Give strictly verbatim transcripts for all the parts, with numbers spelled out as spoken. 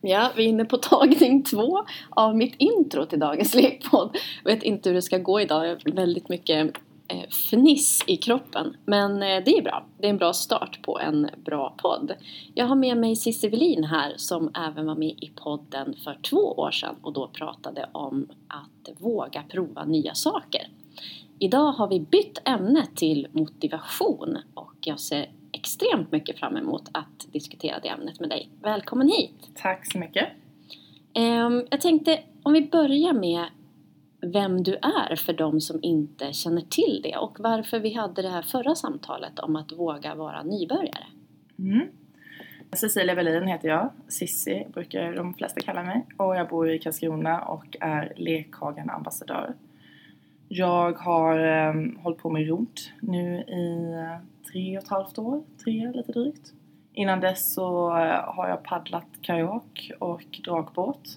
Ja, vi är inne på tagning två av mitt intro till dagens lekpodd. Jag vet inte hur det ska gå idag, jag har väldigt mycket eh, fniss i kroppen. Men eh, det är bra, det är en bra start på en bra podd. Jag har med mig Cissi Wellin här som även var med i podden för två år sedan. Och då pratade om att våga prova nya saker. Idag har vi bytt ämne till motivation och jag ser extremt mycket fram emot att diskutera det ämnet med dig. Välkommen hit! Tack så mycket! Jag tänkte om vi börjar med vem du är för de som inte känner till det och varför vi hade det här förra samtalet om att våga vara nybörjare. Mm. Cecilia Wellin heter jag, Cissi brukar de flesta kalla mig och jag bor i Karlskrona och är Lekhagen-ambassadör. Jag har eh, hållit på med rodd nu i tre och ett halvt år, tre lite drygt. Innan dess så eh, har jag paddlat kajak och dragbåt.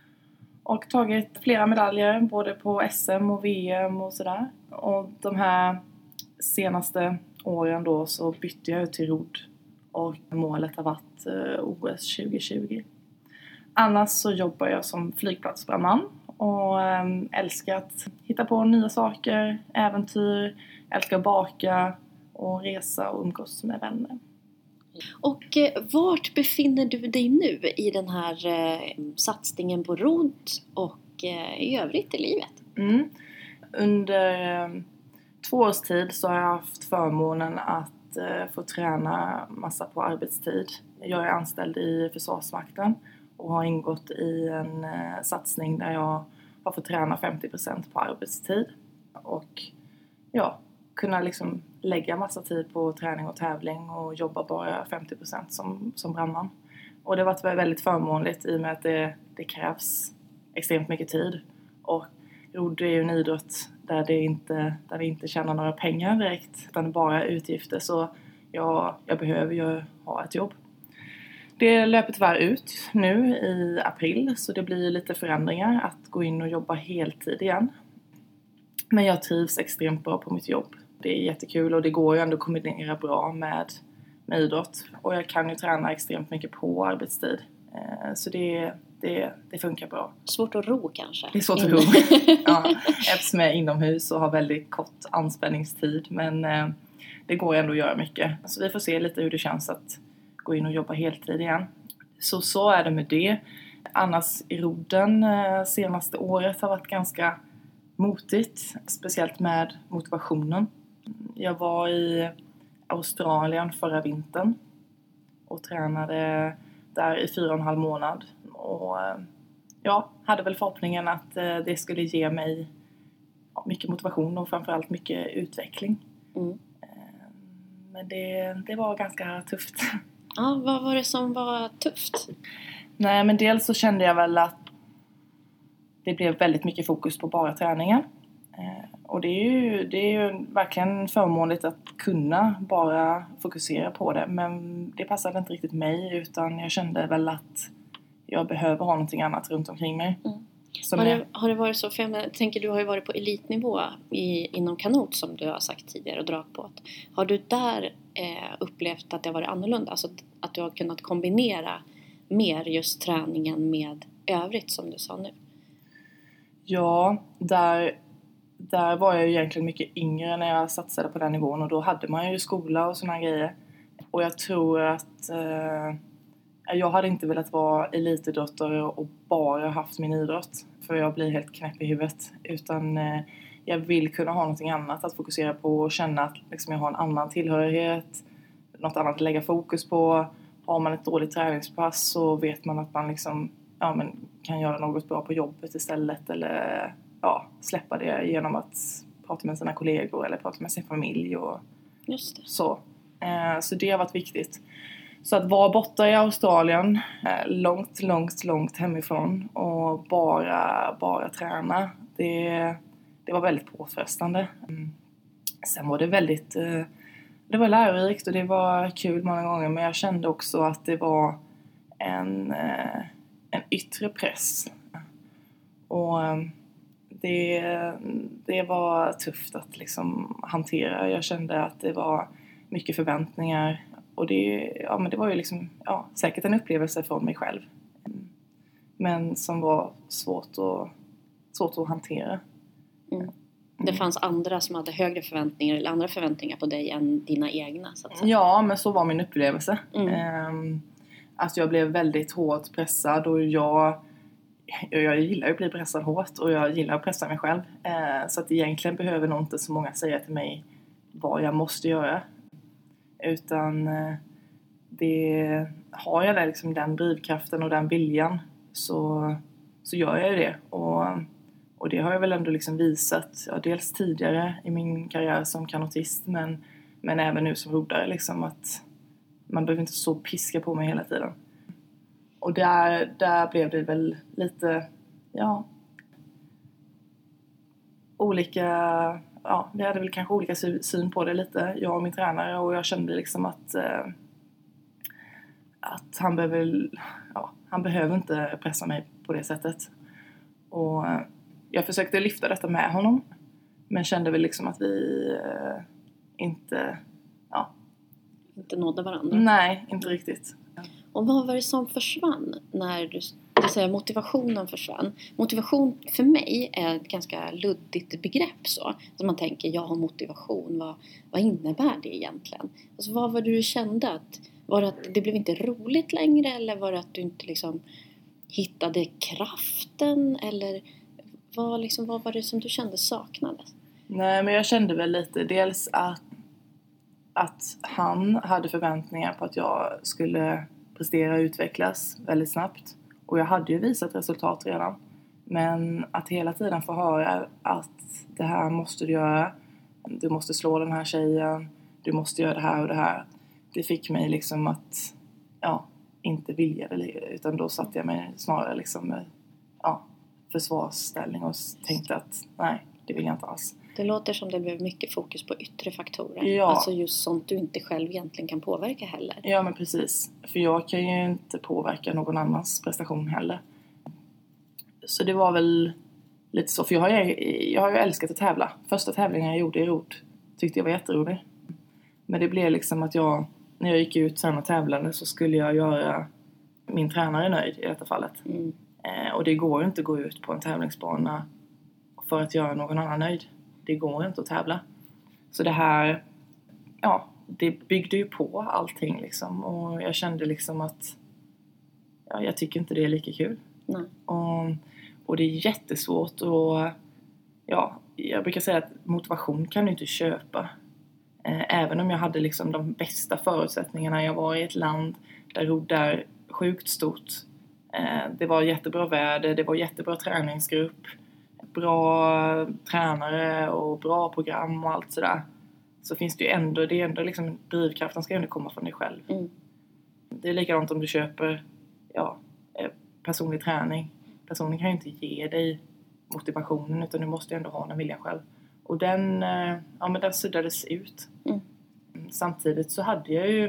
Och tagit flera medaljer både på S M och V M och sådär. Och de här senaste åren då så bytte jag till rodd. Och målet har varit eh, O S tjugo tjugo. Annars så jobbar jag som flygplatsbrandman. Och äh, älskar att hitta på nya saker, äventyr, älskar att baka och resa och umgås med vänner. Och eh, vart befinner du dig nu i den här eh, satsningen på rodd och eh, i övrigt i livet? Mm. Under eh, två års tid så har jag haft förmånen att eh, få träna massa på arbetstid. Jag är anställd i Försvarsmakten. Och har ingått i en eh, satsning där jag har fått träna femtio procent på arbetstid. Och ja, kunna liksom lägga massa tid på träning och tävling och jobba bara femtio procent som, som brandman. Och det har varit väldigt förmånligt i och med att det, det krävs extremt mycket tid. Och rodd är ju en idrott där, det inte, där vi inte tjänar några pengar direkt utan bara utgifter. Så jag, jag behöver ju ha ett jobb. Det löper tyvärr ut nu i april så det blir lite förändringar att gå in och jobba heltid igen. Men jag trivs extremt bra på mitt jobb. Det är jättekul och det går ju ändå att kombinera bra med, med idrott. Och jag kan ju träna extremt mycket på arbetstid. Så det, det, det funkar bra. Svårt att ro kanske? Det är svårt att ro. Ja, eftersom jag är inomhus och har väldigt kort anspänningstid. Men det går ändå att göra mycket. Så vi får se lite hur det känns att gå in och jobba heltid igen. Så så är det med det. Annars i rodden senaste året har varit ganska motigt. Speciellt med motivationen. Jag var i Australien förra vintern. Och tränade där i fyra och en halv månad. Och ja, hade väl förhoppningen att det skulle ge mig mycket motivation och framförallt mycket utveckling. Mm. Men det, det var ganska tufft. Ja, vad var det som var tufft? Nej, men dels så kände jag väl att det blev väldigt mycket fokus på bara träningen. Eh, och det är, ju, det är ju verkligen förmånligt att kunna bara fokusera på det. Men det passade inte riktigt mig utan jag kände väl att jag behöver ha någonting annat runt omkring mig. Mm. Har det, har det varit så? För jag tänker, du har ju varit på elitnivå i, inom kanot som du har sagt tidigare och dragbåt. Har du där eh, upplevt att det har varit annorlunda? Alltså att, att du har kunnat kombinera mer just träningen med övrigt som du sa nu? Ja, där, där var jag ju egentligen mycket yngre när jag satsade på den nivån. Och då hade man ju skola och såna grejer. Och jag tror att... Eh, Jag hade inte velat vara elitidrottare och bara haft min idrott. För jag blir helt knäpp i huvudet. Utan eh, jag vill kunna ha någonting annat att fokusera på. Och känna att liksom, jag har en annan tillhörighet. Något annat att lägga fokus på. Har man ett dåligt träningspass så vet man att man liksom, ja, men, kan göra något bra på jobbet istället. Eller ja, släppa det genom att prata med sina kollegor. Eller prata med sin familj. Och Just det. Så. Eh, så det har varit viktigt. Så att vara borta i Australien, långt, långt, långt hemifrån och bara, bara träna, det, det var väldigt påfrestande. Sen var det väldigt, det var lärorikt och det var kul många gånger, men jag kände också att det var en, en yttre press. Och det, det var tufft att liksom hantera. Jag kände att det var mycket förväntningar. Och det, ja, men det var ju liksom, ja, säkert en upplevelse för mig själv. Men som var svårt att, svårt att hantera. Mm. Det fanns andra som hade högre förväntningar eller andra förväntningar på dig än dina egna, så att säga. Ja, men så var min upplevelse. Mm. Um, att jag blev väldigt hårt pressad och jag, jag gillar att bli pressad hårt och jag gillar att pressa mig själv. Uh, så att egentligen behöver nog inte så många säga till mig vad jag måste göra. Utan uh, det, har jag där liksom den drivkraften och den viljan så, så gör jag det. Och, och det har jag väl ändå liksom visat, ja, dels tidigare i min karriär som kanotist men, men även nu som roddare liksom, att man behöver inte så piska på mig hela tiden. Och där, där blev det väl lite, ja, olika, ja, vi hade väl kanske olika syn på det lite, jag och min tränare, och jag kände liksom att eh, att han behöver, ja, han behöver inte pressa mig på det sättet. Och eh, jag försökte lyfta detta med honom, men kände väl liksom att vi eh, inte, ja, inte nådde varandra. Nej, inte riktigt. Och vad var det som försvann när du, du säger motivationen försvann? Motivation för mig är ett ganska luddigt begrepp så. Så man tänker, jag har motivation, vad, vad innebär det egentligen? Alltså, vad var det du kände? Att, var det att det blev inte roligt längre eller var det att du inte liksom hittade kraften? Eller vad, liksom, vad var det som du kände saknades? Nej, men jag kände väl lite dels att att han hade förväntningar på att jag skulle prestera och utvecklas väldigt snabbt. Och jag hade ju visat resultat redan. Men att hela tiden få höra att det här måste du göra. Du måste slå den här tjejen. Du måste göra det här och det här. Det fick mig liksom att, ja, inte vilja det. Utan då satte jag mig snarare liksom med, ja, försvarsställning och tänkte att nej, det vill jag inte alls. Det låter som det blev mycket fokus på yttre faktorer. Ja. Alltså just sånt du inte själv egentligen kan påverka heller. Ja, men precis. För jag kan ju inte påverka någon annans prestation heller. Så det var väl lite så. För jag har ju, jag har ju älskat att tävla. Första tävlingen jag gjorde i rodd tyckte jag var jätterolig. Men det blev liksom att jag, när jag gick ut sen och tävlade så skulle jag göra min tränare nöjd i detta fallet. Mm. Eh, och det går inte att gå ut på en tävlingsbana för att göra någon annan nöjd. Det går inte att tävla. Så det här, ja, det byggde ju på allting liksom. Och jag kände liksom att, ja, jag tycker inte det är lika kul. Nej. Och, och det är jättesvårt. Och ja, jag brukar säga att motivation kan du inte köpa. Eh, även om jag hade liksom de bästa förutsättningarna. Jag var i ett land där rodd är sjukt stort. Eh, det var jättebra väder, det var jättebra träningsgrupp. Bra tränare och bra program och allt sådär. Så finns det ju ändå, det är ändå liksom, drivkraften ska ju ändå komma från dig själv. Mm. Det är likadant om du köper, ja, personlig träning. Personen kan ju inte ge dig motivationen utan du måste ju ändå ha den viljan själv. Och den, ja, men den suddades ut. Mm. Samtidigt så hade jag ju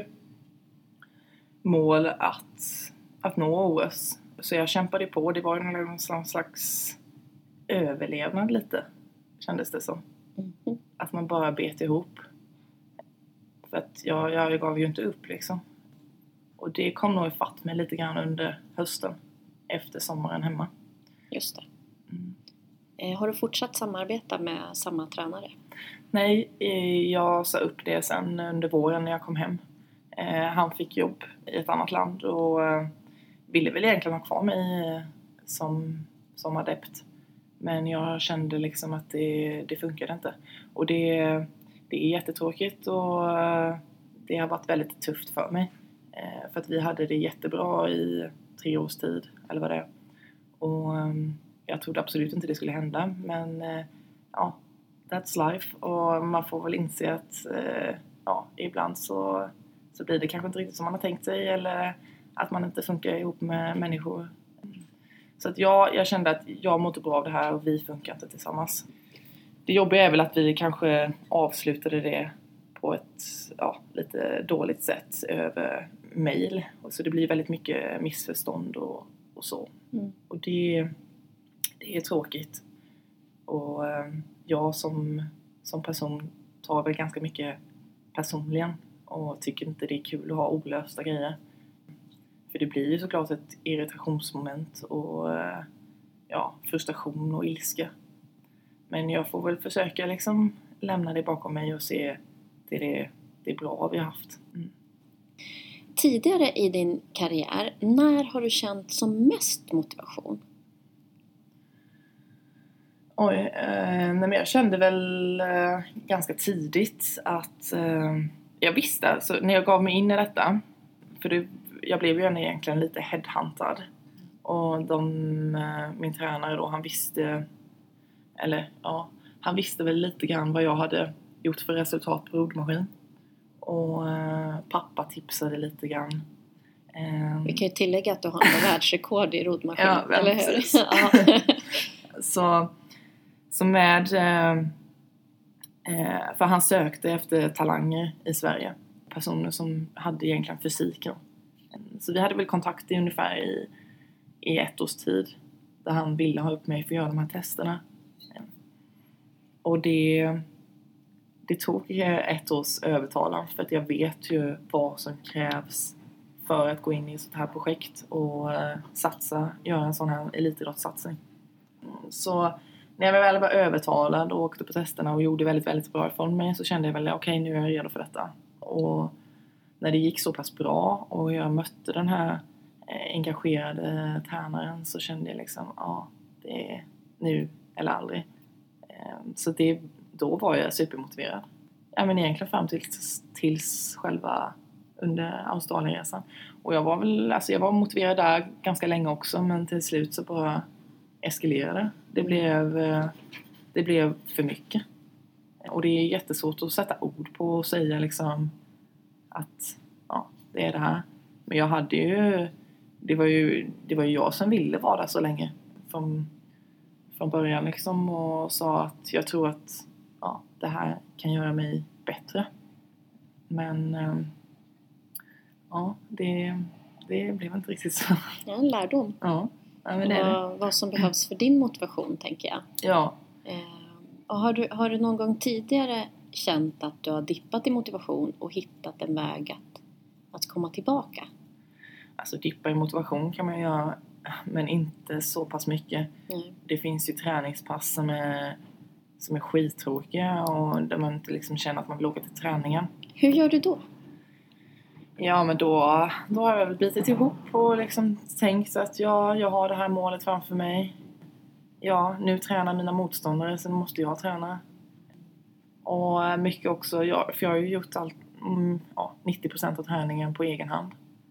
mål att, att nå O S. Så jag kämpade på, det var ju någon slags överlevnad lite, kändes det som. Mm. Att man bara bet ihop. För att jag, jag gav ju inte upp liksom. Och det kom nog ifatt mig lite grann under hösten. Efter sommaren hemma. Just det. Mm. Eh, har du fortsatt samarbeta med samma tränare? Nej, jag sa upp det sen under våren när jag kom hem. Eh, han fick jobb i ett annat land och eh, ville väl egentligen ha kvar mig eh, som, som adept. Men jag kände liksom att det, det funkade inte. Och det, det är jättetråkigt och det har varit väldigt tufft för mig. För att vi hade det jättebra i tre års tid, eller vad det är. Och jag trodde absolut inte det skulle hända. Men ja, that's life. Och man får väl inse att ja, ibland så, så blir det kanske inte riktigt som man har tänkt sig. Eller att man inte funkar ihop med människor. Så att jag, jag kände att jag mådde bra av det här och vi funkar inte tillsammans. Det jobbiga är väl att vi kanske avslutade det på ett, ja, lite dåligt sätt över mail. Och så det blir väldigt mycket missförstånd och, och så. Mm. Och det, det är tråkigt. Och eh, jag som, som person tar väl ganska mycket personligen och tycker inte det är kul att ha olösta grejer. För det blir ju såklart ett irritationsmoment och ja, frustration och ilska. Men jag får väl försöka liksom lämna det bakom mig och se det, det, det är bra vi har haft. Mm. Tidigare i din karriär, när har du känt som mest motivation? Oj, eh, nej men jag kände väl eh, ganska tidigt att eh, jag visste, alltså, när jag gav mig in i detta, för det, jag blev ju egentligen lite headhuntad. Och de, eh, min tränare då, han visste, eller ja, han visste väl lite grann vad jag hade gjort för resultat på roddmaskin. Och eh, pappa tipsade lite grann. Eh, Vi kan ju tillägga att du har en världsrekord i roddmaskin, ja, eller hur? precis. Ja. så, så med, eh, eh, för han sökte efter talanger i Sverige. Personer som hade egentligen fysik då. Så vi hade väl kontakt i ungefär i, i ett års tid. Där han ville ha upp mig för att göra de här testerna. Och det, det tog ett års övertalan. För att jag vet ju vad som krävs för att gå in i ett sånt här projekt. Och uh, satsa, göra en sån här elitidrottssatsning. Så när jag väl var övertalad och åkte på testerna och gjorde väldigt, väldigt bra ifrån mig. Så kände jag väl, okej okay, nu är jag redo för detta. Och när det gick så pass bra och jag mötte den här engagerade tränaren så kände jag liksom, ja, det är nu eller aldrig. Så det, då var jag supermotiverad. Ja, men egentligen fram tills, tills själva under Australienresan. Och jag var väl, alltså jag var motiverad där ganska länge också, men till slut så bara eskalerade. Det blev, det blev för mycket. Och det är jättesvårt att sätta ord på och säga liksom att ja, det är det här. Men jag hade ju det var ju det var ju jag som ville vara där så länge från, från början liksom, och sa att jag tror att ja, det här kan göra mig bättre. Men ähm, ja, det, det blev inte riktigt så. Ja, en lärdom. Ja, ja men det är vad, det. vad som behövs för din motivation, tänker jag. Ja. Ehm, och har du, har du någon gång tidigare känt att du har dippat i motivation och hittat en väg att, att komma tillbaka? Alltså dippa i motivation kan man göra, men inte så pass mycket. Mm. Det finns ju träningspass som är, som är skittråkiga och där man inte liksom känner att man vill åka till träningen. Hur gör du då? Ja, men då, då har jag väl bitit ihop och liksom tänkt att ja, jag har det här målet framför mig. Ja, nu tränar mina motståndare, så måste jag träna. Och mycket också, jag, för jag har ju gjort allt, mm, ja, nittio procent av träningen på egen hand.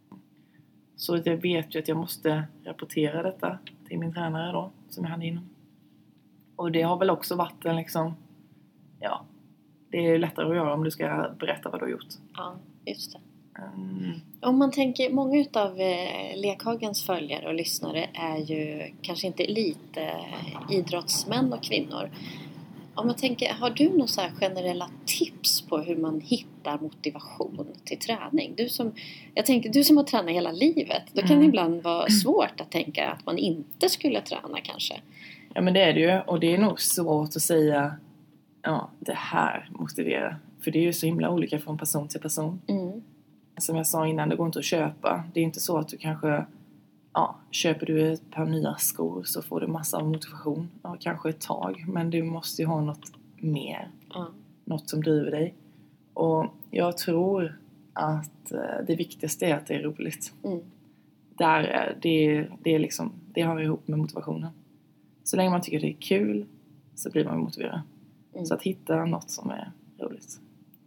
Så jag vet ju att jag måste rapportera detta till min tränare då, som jag hade innan. Och det har väl också varit en liksom, ja, det är lättare att göra om du ska berätta vad du har gjort. Ja, just det. Mm. Om man tänker, många utav eh, Lekhagens följare och lyssnare är ju kanske inte elit eh, idrottsmän och kvinnor. Om man tänker, har du några så här generella tips på hur man hittar motivation till träning? Du som, jag tänker, du som har tränat hela livet, då kan det mm. ibland vara svårt att tänka att man inte skulle träna kanske. Ja, men det är det ju, och det är nog svårt att säga, ja, det här motiverar. För det är ju så himla olika från person till person. Mm. Som jag sa innan, det går inte att köpa. Det är inte så att du kanske, ja, köper du ett par nya skor så får du massa motivation. Ja, kanske ett tag, men du måste ju ha något mer. Mm. Något som driver dig. Och jag tror att det viktigaste är att det är roligt. Mm. Där är det, det är liksom, det har ihop med motivationen. Så länge man tycker det är kul så blir man motiverad. Mm. Så att hitta något som är roligt.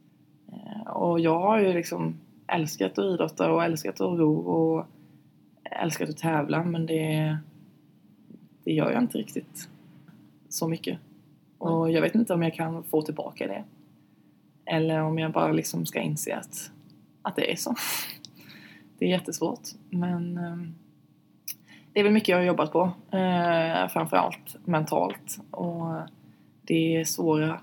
Och jag har ju liksom älskat att idrotta och älskat att ro och älskat att tävla, men det, det gör jag inte riktigt så mycket. Och jag vet inte om jag kan få tillbaka det. Eller om jag bara liksom ska inse att, att det är så. Det är jättesvårt, men um, det är väl mycket jag har jobbat på. Uh, framförallt mentalt. Och det är svåra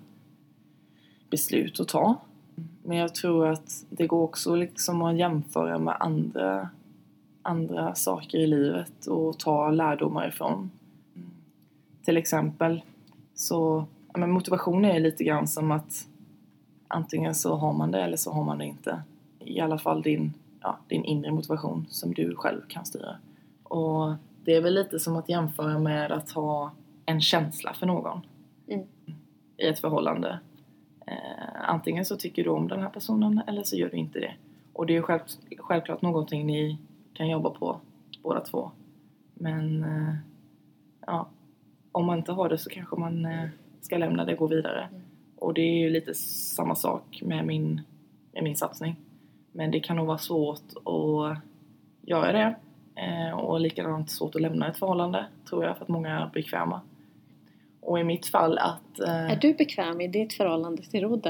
beslut att ta. Men jag tror att det går också liksom att jämföra med andra, andra saker i livet och ta lärdomar ifrån. Till exempel så, ja, men motivation är lite grann som att antingen så har man det eller så har man det inte. I alla fall din, ja, din inre motivation som du själv kan styra. Och det är väl lite som att jämföra med att ha en känsla för någon Mm. i ett förhållande. Eh, antingen så tycker du om den här personen eller så gör du inte det. Och det är ju själv, självklart någonting ni kan jobba på båda två. Men eh, ja, om man inte har det så kanske man eh, ska lämna det och gå vidare. Mm. Och det är ju lite samma sak med min, med min satsning. Men det kan nog vara svårt att göra det. Eh, och likadant svårt att lämna ett förhållande, tror jag, för att många är bekväma. Och i mitt fall att... Eh... Är du bekväm i ditt förhållande till rodden?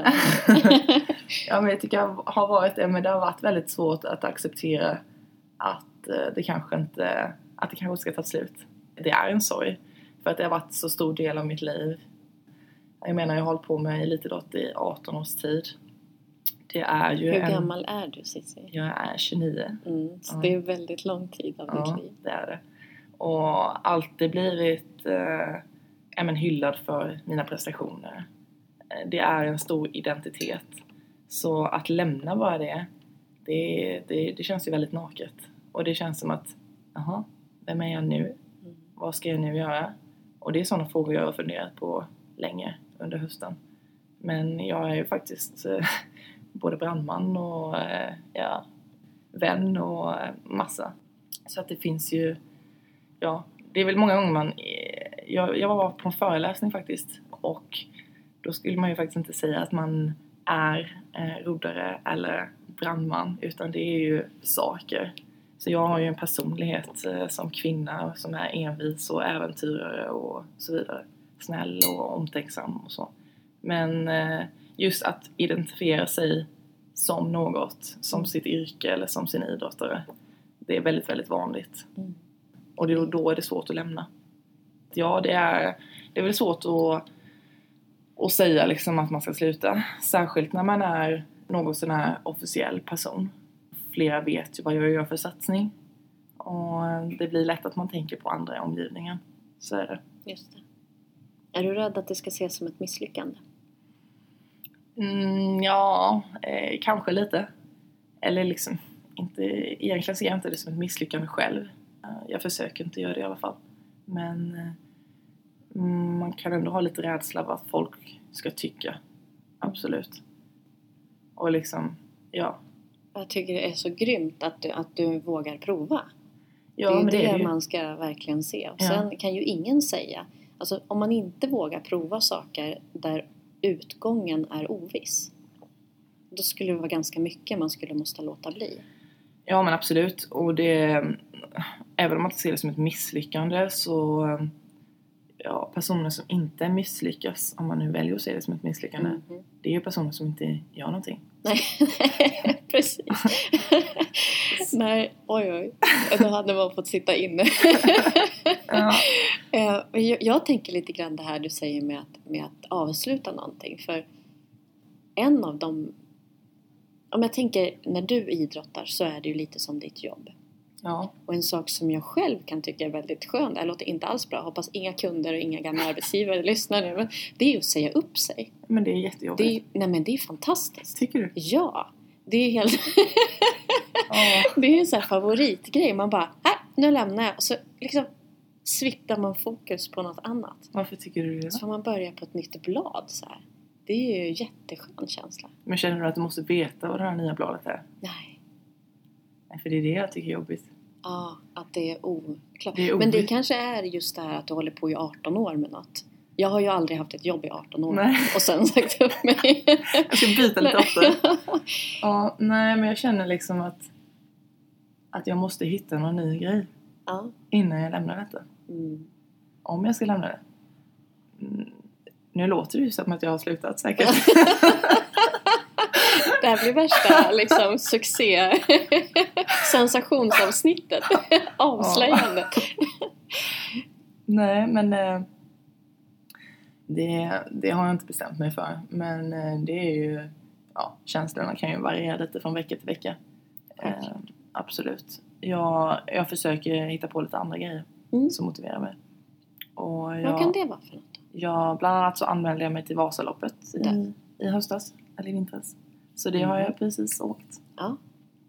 Ja, men jag tycker jag har varit det. Men det har varit väldigt svårt att acceptera att eh, det kanske inte... Att det kanske ska ta slut. Det är en sorg. För att det har varit så stor del av mitt liv. Jag menar, jag har hållit på med elitidrott i arton års tid. Det är ju Hur en... gammal är du, Cissi? Jag är tjugonio. Mm, så ja. Det är väldigt lång tid av ja, ditt liv. det är det. Och alltid blivit eh, ämen hyllad för mina prestationer. Det är en stor identitet. Så att lämna bara det, det, det, det känns ju väldigt naket. Och det känns som att, jaha, vem är jag nu? Mm. Vad ska jag nu göra? Och det är sådana frågor jag har funderat på länge under hösten. Men jag är ju faktiskt eh, både brandman och eh, ja, vän och eh, massa. Så att det finns ju, ja, det är väl många gånger man, eh, jag, jag var på en föreläsning faktiskt. Och då skulle man ju faktiskt inte säga att man är eh, roddare eller brandman. Utan det är ju saker. Så jag har ju en personlighet eh, som kvinna som är envis och äventyrare och så vidare. Snäll och omtänksam och så. Men eh, just att identifiera sig som något, som mm. sitt yrke eller som sin idrottare. Det är väldigt, väldigt vanligt. Mm. Och det, då är det svårt att lämna. Ja, det är, det är väl svårt att, att säga liksom att man ska sluta. Särskilt när man är någon sån här officiell person. Flera vet ju vad jag gör för satsning. Och det blir lätt att man tänker på andra i omgivningen. Så är det. Just det. Är du rädd att det ska ses som ett misslyckande? Mm, ja, eh, kanske lite. Eller liksom, inte, egentligen ser jag inte det som ett misslyckande själv. Jag försöker inte göra det i alla fall. Men eh, man kan ändå ha lite rädsla av att folk ska tycka. Absolut. Och liksom, ja. Jag tycker det är så grymt att du, att du vågar prova. Ja, det är men det, det, är det man ska verkligen se. Och ja. Sen kan ju ingen säga, alltså om man inte vågar prova saker där utgången är oviss, då skulle det vara ganska mycket man skulle måste låta bli. Ja, men absolut. Och det, även om man inte ser det som ett misslyckande, så ja, personer som inte misslyckas, om man nu väljer att se det som ett misslyckande, mm-hmm. det är ju personer som inte gör någonting. Nej, precis. Nej, oj oj. Då hade man fått sitta inne. Ja. jag, jag tänker lite grann det här du säger med att, med att avsluta någonting. För en av dem, om jag tänker när du idrottar så är det ju lite som ditt jobb. Ja. Och en sak som jag själv kan tycka är väldigt skön, det låter inte alls bra, hoppas inga kunder och inga gamla arbetsgivare lyssnar nu, men det är ju att säga upp sig. Men det är jättejobbigt. Det är, nej men det är fantastiskt. Tycker du? Ja, det är helt oh. det är en sån här favoritgrej, man bara, nej nu lämnar jag, och så liksom swittar man fokus på något annat. Varför tycker du det? Så får man börja på ett nytt blad så här. Det är ju en jätteskön känsla. Men känner du att du måste veta vad det här nya bladet är? Nej. Nej, för det är det jag tycker är jobbigt. Ja, att det är oklart. Det är Men det kanske är just det här att du håller på i arton år med något. Jag har ju aldrig haft ett jobb i arton år. Nej. Och sen sagt upp mig. Jag ska byta lite ofta. Ja, nej, men jag känner liksom att att jag måste hitta någon ny grej. Ja. Innan jag lämnar detta. Mm. Om jag ska lämna det. Mm. Nu låter det ju som att jag har slutat säkert. Det här blir värsta liksom succé. Sensationsavsnittet. Avslöjande. Ja. Nej, men eh, det, det har jag inte bestämt mig för. Men eh, det är ju, ja, känslorna kan ju variera lite från vecka till vecka. Eh, absolut. Jag, jag försöker hitta på lite andra grejer mm. som motiverar mig. Och jag, vad kan det vara för något? Jag, bland annat så anmälde jag mig till Vasaloppet i, i höstas, eller i vintras. Så det mm. har jag precis åkt. Ja.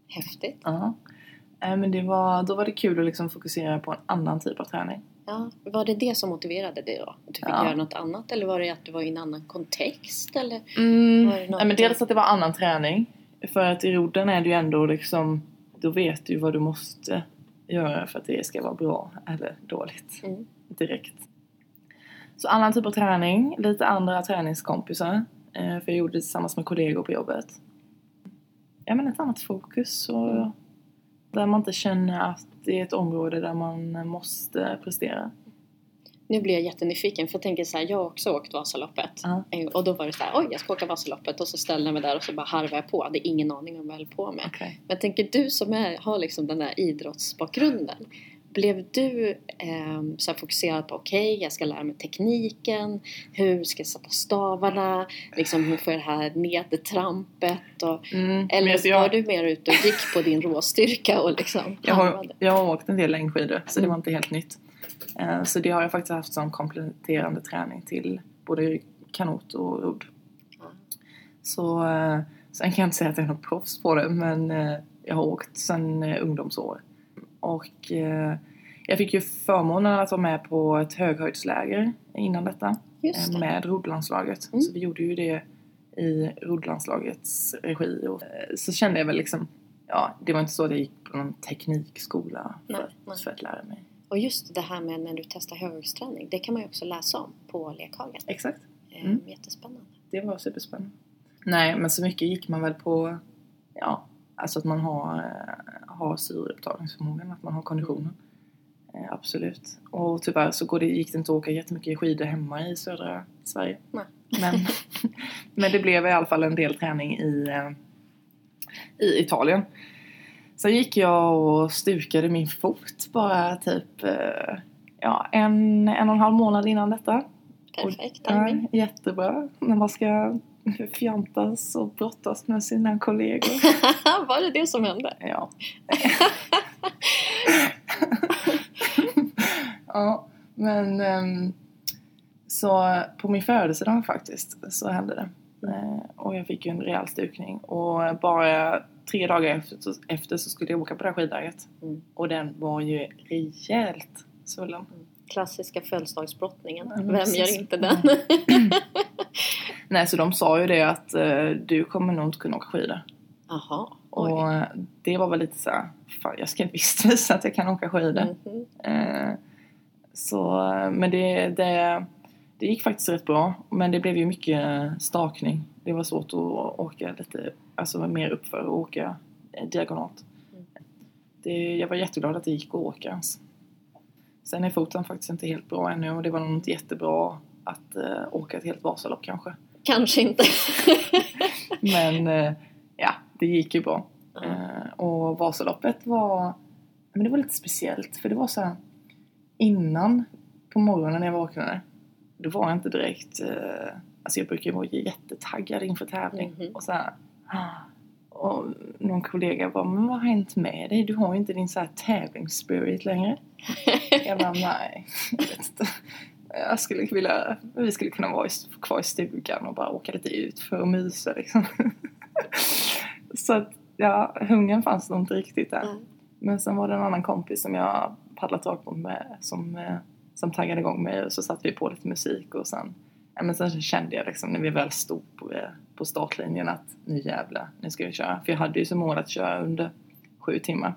Häftigt. Ja. Äh, men det var, då var det kul att liksom fokusera på en annan typ av träning. Ja, var det det som motiverade dig då? Att du fick Ja. göra något annat? Eller var det att du var i en annan kontext? Eller Mm. var det något... Nej, men dels att det var annan träning. För att i rodden är det ju ändå liksom... Då vet du vad du måste göra för att det ska vara bra eller dåligt. Mm. Direkt. Så annan typ av träning. Lite andra träningskompisar. För jag gjorde det tillsammans med kollegor på jobbet. Ja, men ett annat fokus. Och Mm. där man inte känner att det är ett område där man måste prestera. Nu blir jag jättenyfiken, för jag tänker så här, jag har också åkt Vasaloppet. Uh-huh. Och då var det så här, oj, jag ska åka Vasaloppet. Och så ställde jag mig där och så bara harvade jag på. Jag hade ingen aning om vad jag höll på med. Okay. Men jag tänker, du som är, har liksom den där idrottsbakgrunden. Blev du eh, så här fokuserad på, okej, okay, jag ska lära mig tekniken. Hur ska jag sätta stavarna? Liksom, hur får jag det här nedtrampet? Och, mm, eller jag... var du mer ute och gick på din råstyrka? Och liksom, jag, har, jag har åkt en del längdskidor, så det var mm. inte helt nytt. Så det har jag faktiskt haft som kompletterande träning till både kanot och rodd. Mm. Så sen kan jag inte säga att jag är någon proffs på det, men jag har åkt sedan ungdomsår. Och jag fick ju förmånen att vara med på ett höghöjdsläger innan detta. Just det. Med roddlandslaget. Mm. Så vi gjorde ju det i roddlandslagets regi. Och så kände jag väl liksom, ja, det var inte så att jag gick på någon teknikskola för, nej, nej. för att lära mig. Och just det här med när du testar höghöjdsträning, det kan man ju också läsa om på Lekhagen. Exakt. Mm. Jättespännande. Det var superspännande. Nej, men så mycket gick man väl på, ja, alltså att man har, har syreupptagningsförmågan, att man har konditionen. Eh, absolut. Och tyvärr så går det, gick det inte att åka jättemycket skidor hemma i södra Sverige. Nej. Men, men det blev i alla fall en del träning i, i Italien. Sen gick jag och stukade min fot bara typ ja, en, en och en halv månad innan detta. Perfekt. Och, ja, jättebra. När man ska fjantas och brottas med sina kollegor. Var det det som hände? Ja. Ja, men um, så på min födelsedag faktiskt så hände det. Uh, och jag fick ju en rejäl stukning. Och bara tre dagar efter, efter så skulle jag åka på det här skidlägret. Mm. Och den var ju rejält svullen. Mm. Klassiska födelsedagsbrottningen. Mm, Vem precis. gör inte den? Mm. Nej, så de sa ju det att uh, du kommer nog inte kunna åka skidor. Aha, och uh, det var väl lite så här, fan, jag ska visst visa att jag kan åka skidor. Mm-hmm. Uh, så, men det, det, det gick faktiskt rätt bra. Men det blev ju mycket stakning. Det var svårt att åka lite, alltså mer uppför och åka diagonalt. Mm. Det, jag var jätteglad att det gick att åka. Alltså. Sen är foten faktiskt inte helt bra ännu. Och det var nog inte jättebra att uh, åka ett helt Vasalopp kanske. Kanske inte. Men uh, ja, det gick ju bra. Mm. Uh, och Vasaloppet var, men det var lite speciellt. För det var så här, innan på morgonen när jag vaknade, då var jag inte direkt, uh, alltså jag brukar ju vara jättetaggad inför tävling. Mm-hmm. Och så här, och någon kollega bara, men vad har hänt med dig? Du har ju inte din så här tävlingsspirit längre. Jag bara, nej, jag vet inte. Jag skulle vilja, vi skulle kunna vara kvar i stugan och bara åka lite ut för att mysa liksom. Så att, ja, hungern fanns nog inte riktigt där. Mm. Men sen var det en annan kompis som jag paddlat rakt med som, som taggade igång mig. Och så satt vi på lite musik och sen, ja, men sen kände jag liksom när vi väl stod på, på startlinjen att nu jävlar, nu ska vi köra. För jag hade ju som mål att köra under sju timmar.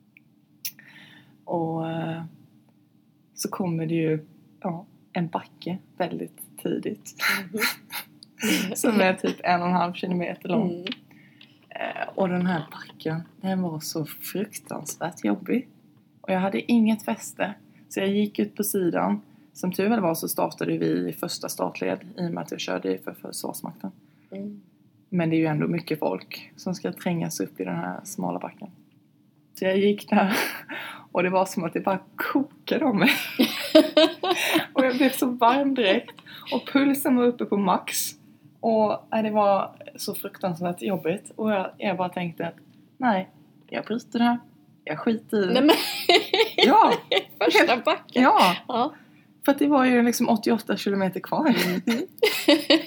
Och så kommer det ju, ja, en backe väldigt tidigt. Mm. Som är typ en och en halv kilometer lång. Mm. Eh, och den här backen, den var så fruktansvärt jobbig. Och jag hade inget fäste. Så jag gick ut på sidan. Som tur väl var så startade vi i första startled. I och med att jag körde för Försvarsmakten. Mm. Men det är ju ändå mycket folk som ska trängas upp i den här smala backen. Så jag gick där. Och det var som att det bara kokade om mig. Och jag blev så varm direkt. Och pulsen var uppe på max. Och det var så fruktansvärt jobbigt. Och jag, jag bara tänkte att nej, jag bryter det här. Jag skiter i det. Nej, men... Ja. Första backen. Ja. Ja. För att det var ju liksom åttioåtta kilometer kvar. Mm.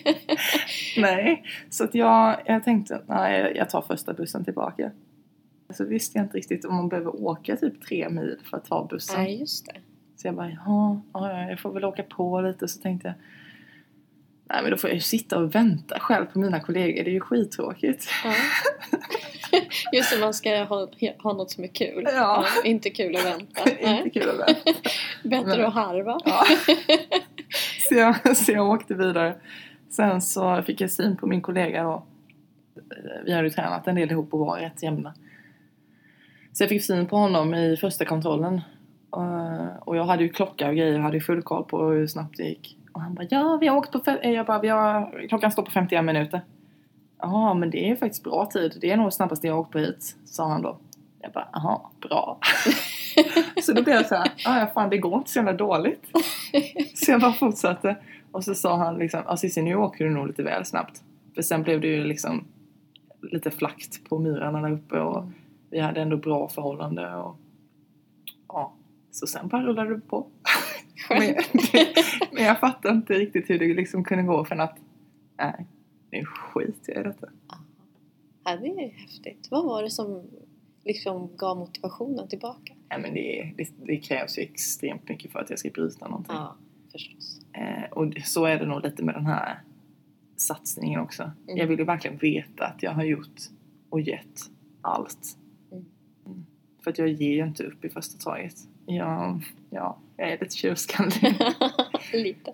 Nej. Så att jag, jag tänkte att nej, jag tar första bussen tillbaka. så visste jag inte riktigt om man behöver åka typ tre mil för att ta bussen. Nej, just det. Så jag bara, ja, ja, jag får väl åka på lite. Så tänkte jag, nej men då får jag ju sitta och vänta själv på mina kollegor. Det är ju skittråkigt. Ja. Just det, man ska ha, ha något som är kul. Ja. Ja, inte kul att vänta. Inte kul att vänta. Bättre Men, att harva. Ja. Så, jag, så jag åkte vidare. Sen så fick jag syn på min kollega då. Vi hade ju tränat en del ihop och var rätt jämna. Så jag fick syn på honom i första kontrollen. Och jag hade ju klocka och grejer. Jag hade ju full koll på hur snabbt det gick. Och han bara, ja vi har åkt på... Fe- jag bara, vi har, klockan står på femtioen minuter. Ja, men det är faktiskt bra tid. Det är nog snabbast jag har åkt på hit, sa han då. Jag bara, aha, bra. Så då blev jag så här, ja fan det går inte så jävla dåligt. Så jag bara fortsatte. Och så sa han liksom, ja Cissi nu åker du nog lite väl snabbt. För sen blev det ju liksom lite flakt på myrarna där uppe. Och vi hade ändå bra förhållande. Och ja, så sen bara rullade det på. men, men jag fattar inte riktigt hur det liksom kunde gå för att, nej, nu skiter jag i detta. Ja, det är häftigt. Vad var det som liksom gav motivationen tillbaka? Ja, men det, det, det krävs ju extremt mycket för att jag ska bryta någonting. Ja, förstås. Eh, och så är det nog lite med den här satsningen också. Mm. Jag vill ju verkligen veta att jag har gjort och gett allt. Mm. Mm. För att jag ger ju inte upp i första taget. Jag, ja, jag är lite tjurskallig. Lite.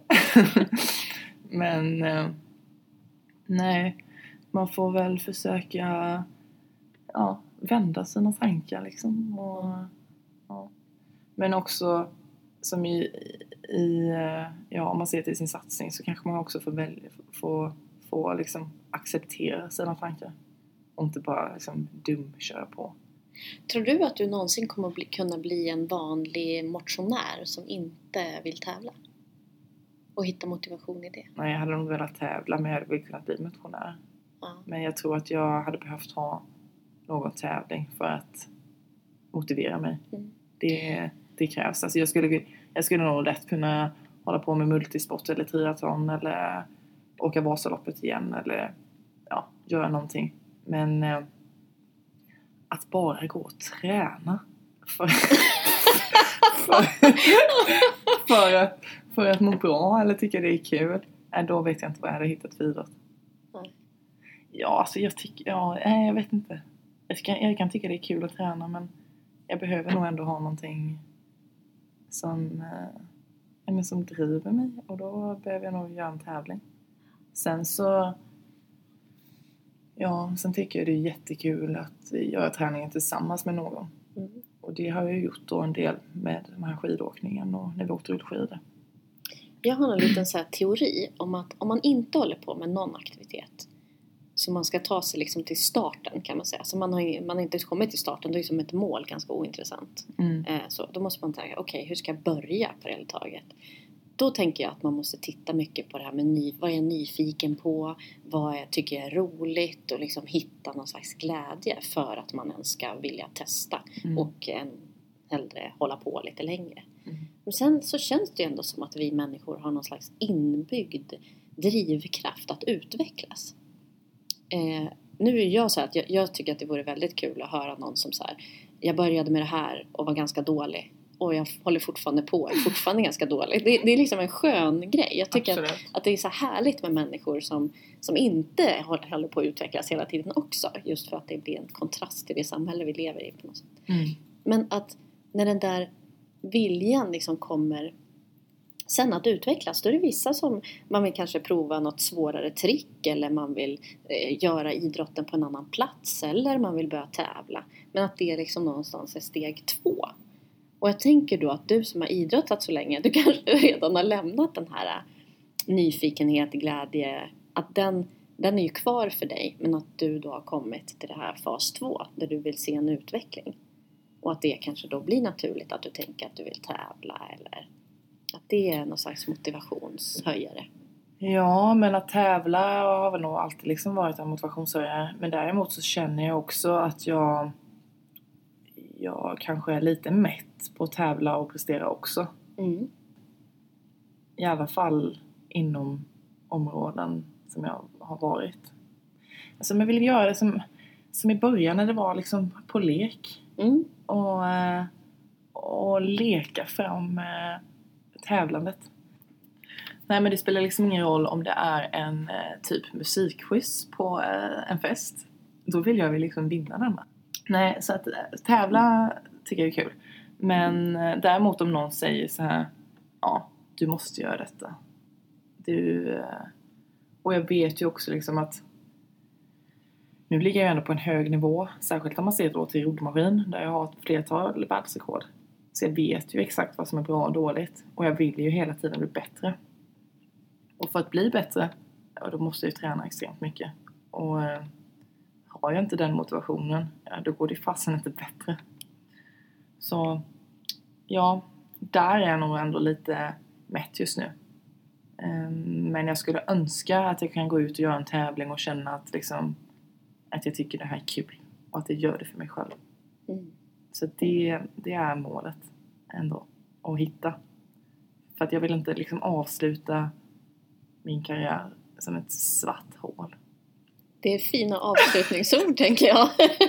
Men eh, nej, man får väl försöka ja, vända sina tankar liksom. Och, ja. Men också som i, i ja, om man ser till sin satsning så kanske man också får välja, får, får liksom acceptera sina tankar och inte bara liksom dumköra på. Tror du att du någonsin kommer att bli, kunna bli en vanlig motionär som inte vill tävla? Och hitta motivation i det? Nej, jag hade nog velat tävla men jag hade väl kunnat bli motionär. Ja. Men jag tror att jag hade behövt ha någon tävling för att motivera mig. Mm. Det, det krävs. Alltså jag, skulle, jag skulle nog lätt kunna hålla på med multisport eller triathlon eller åka Vasaloppet igen eller ja, göra någonting. Men eh, att bara gå och träna för, för, för, att, för att må bra eller tycka det är kul, äh, då vet jag inte vad jag hade hittat för idrott. Nej. Ja, alltså jag tycker, ja, nej, jag vet inte. Jag kan, jag kan tycka det är kul att träna men jag behöver nog ändå ha någonting som, eh, men som driver mig och då behöver jag nog göra en tävling. Sen så ja, sen tycker jag det är jättekul att göra träningen tillsammans med någon. Mm. Och det har jag gjort då en del med den här skidåkningen och när vi åkte rullskidor. Jag har en liten så här teori om att om man inte håller på med någon aktivitet så man ska ta sig liksom till starten kan man säga. Så man har, man har inte kommit till starten, då är det som ett mål ganska ointressant. Mm. Eh, så då måste man tänka, okej okay, hur ska jag börja på det hela taget? Då tänker jag att man måste titta mycket på det här med ny, vad är jag nyfiken på, vad jag tycker jag är roligt och liksom hitta någon slags glädje för att man ens ska vilja testa Mm. och en, hellre hålla på lite längre. Mm. Men sen så känns det ju ändå som att vi människor har någon slags inbyggd drivkraft att utvecklas. Eh, nu är jag så här att jag, jag tycker att det vore väldigt kul att höra någon som så här, jag började med det här och var ganska dålig. Och jag håller fortfarande på, är fortfarande ganska dålig. Det, det är liksom en skön grej. Jag tycker att, att det är så härligt med människor som, som inte håller på att utvecklas hela tiden också. Just för att det blir en kontrast till det samhälle vi lever i på något sätt. Mm. Men att när den där viljan liksom kommer sen att utvecklas, då är det vissa som man vill kanske prova något svårare trick eller man vill eh, göra idrotten på en annan plats eller man vill börja tävla. Men att det liksom någonstans är steg två. Och jag tänker då att du som har idrottat så länge, du kanske redan har lämnat den här nyfikenhet, glädje, att den, den är ju kvar för dig, men att du då har kommit till det här fas två där du vill se en utveckling. Och att det kanske då blir naturligt att du tänker att du vill tävla eller att det är någon slags motivationshöjare. Ja, men att tävla har väl nog alltid liksom varit en motivationshöjare. Men däremot så känner jag också att jag jag kanske är lite mätt på att tävla och prestera också. Mm. I alla fall inom områden som jag har varit. Alltså jag vill göra det som, som i början när det var liksom på lek. Mm. Och, eh, och leka fram eh, tävlandet. Nej, men det spelar liksom ingen roll om det är en eh, typ musikquiz på eh, en fest. Då vill jag ju liksom vinna denna. Nej, så att tävla tycker jag är kul. Men eh, däremot om någon säger så här, ja, du måste göra detta. Du, eh, och jag vet ju också liksom att nu ligger jag ändå på en hög nivå. Särskilt om man ser då till roddmaskin, där jag har ett flertal världsrekord. Så jag vet ju exakt vad som är bra och dåligt. Och jag vill ju hela tiden bli bättre. Och för att bli bättre, ja, då måste jag ju träna extremt mycket. Och eh, har jag inte den motivationen, ja, då går det fasen inte bättre. Så ja, där är jag nog ändå lite mätt just nu. Um, men jag skulle önska att jag kan gå ut och göra en tävling och känna att, liksom, att jag tycker det här är kul. Och att jag gör det för mig själv. Mm. Så det, det är målet ändå. Att hitta. För att jag vill inte liksom avsluta min karriär som ett svart hål. Det är fina avslutningsord tänker jag.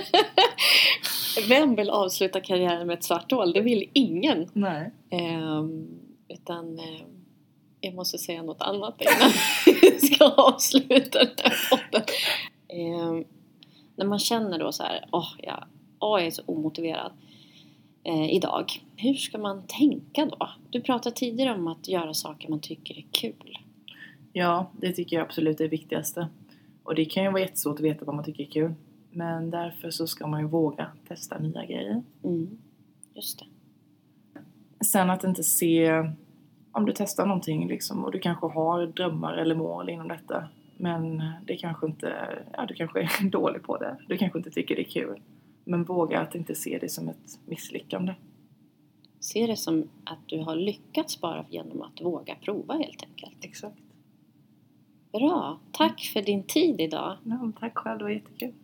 Vem vill avsluta karriären med ett svart hål? Det vill ingen. Nej. Eh, utan eh, jag måste säga något annat innan vi ska avsluta den här podden. Eh, när man känner då så här, åh, oh, ja, oh, jag är så omotiverad eh, idag. Hur ska man tänka då? Du pratade tidigare om att göra saker man tycker är kul. Ja, det tycker jag absolut är det viktigaste. Och det kan ju vara jättesvårt att veta vad man tycker är kul. Men därför så ska man ju våga testa nya grejer. Mm, just det. Sen att inte se om du testar någonting liksom, och du kanske har drömmar eller mål inom detta. Men det kanske inte, ja, du kanske är dålig på det. Du kanske inte tycker det är kul. Men våga att inte se det som ett misslyckande. Se det som att du har lyckats bara genom att våga prova helt enkelt. Exakt. Bra, tack för din tid idag. Ja, tack själv, det var jättekul.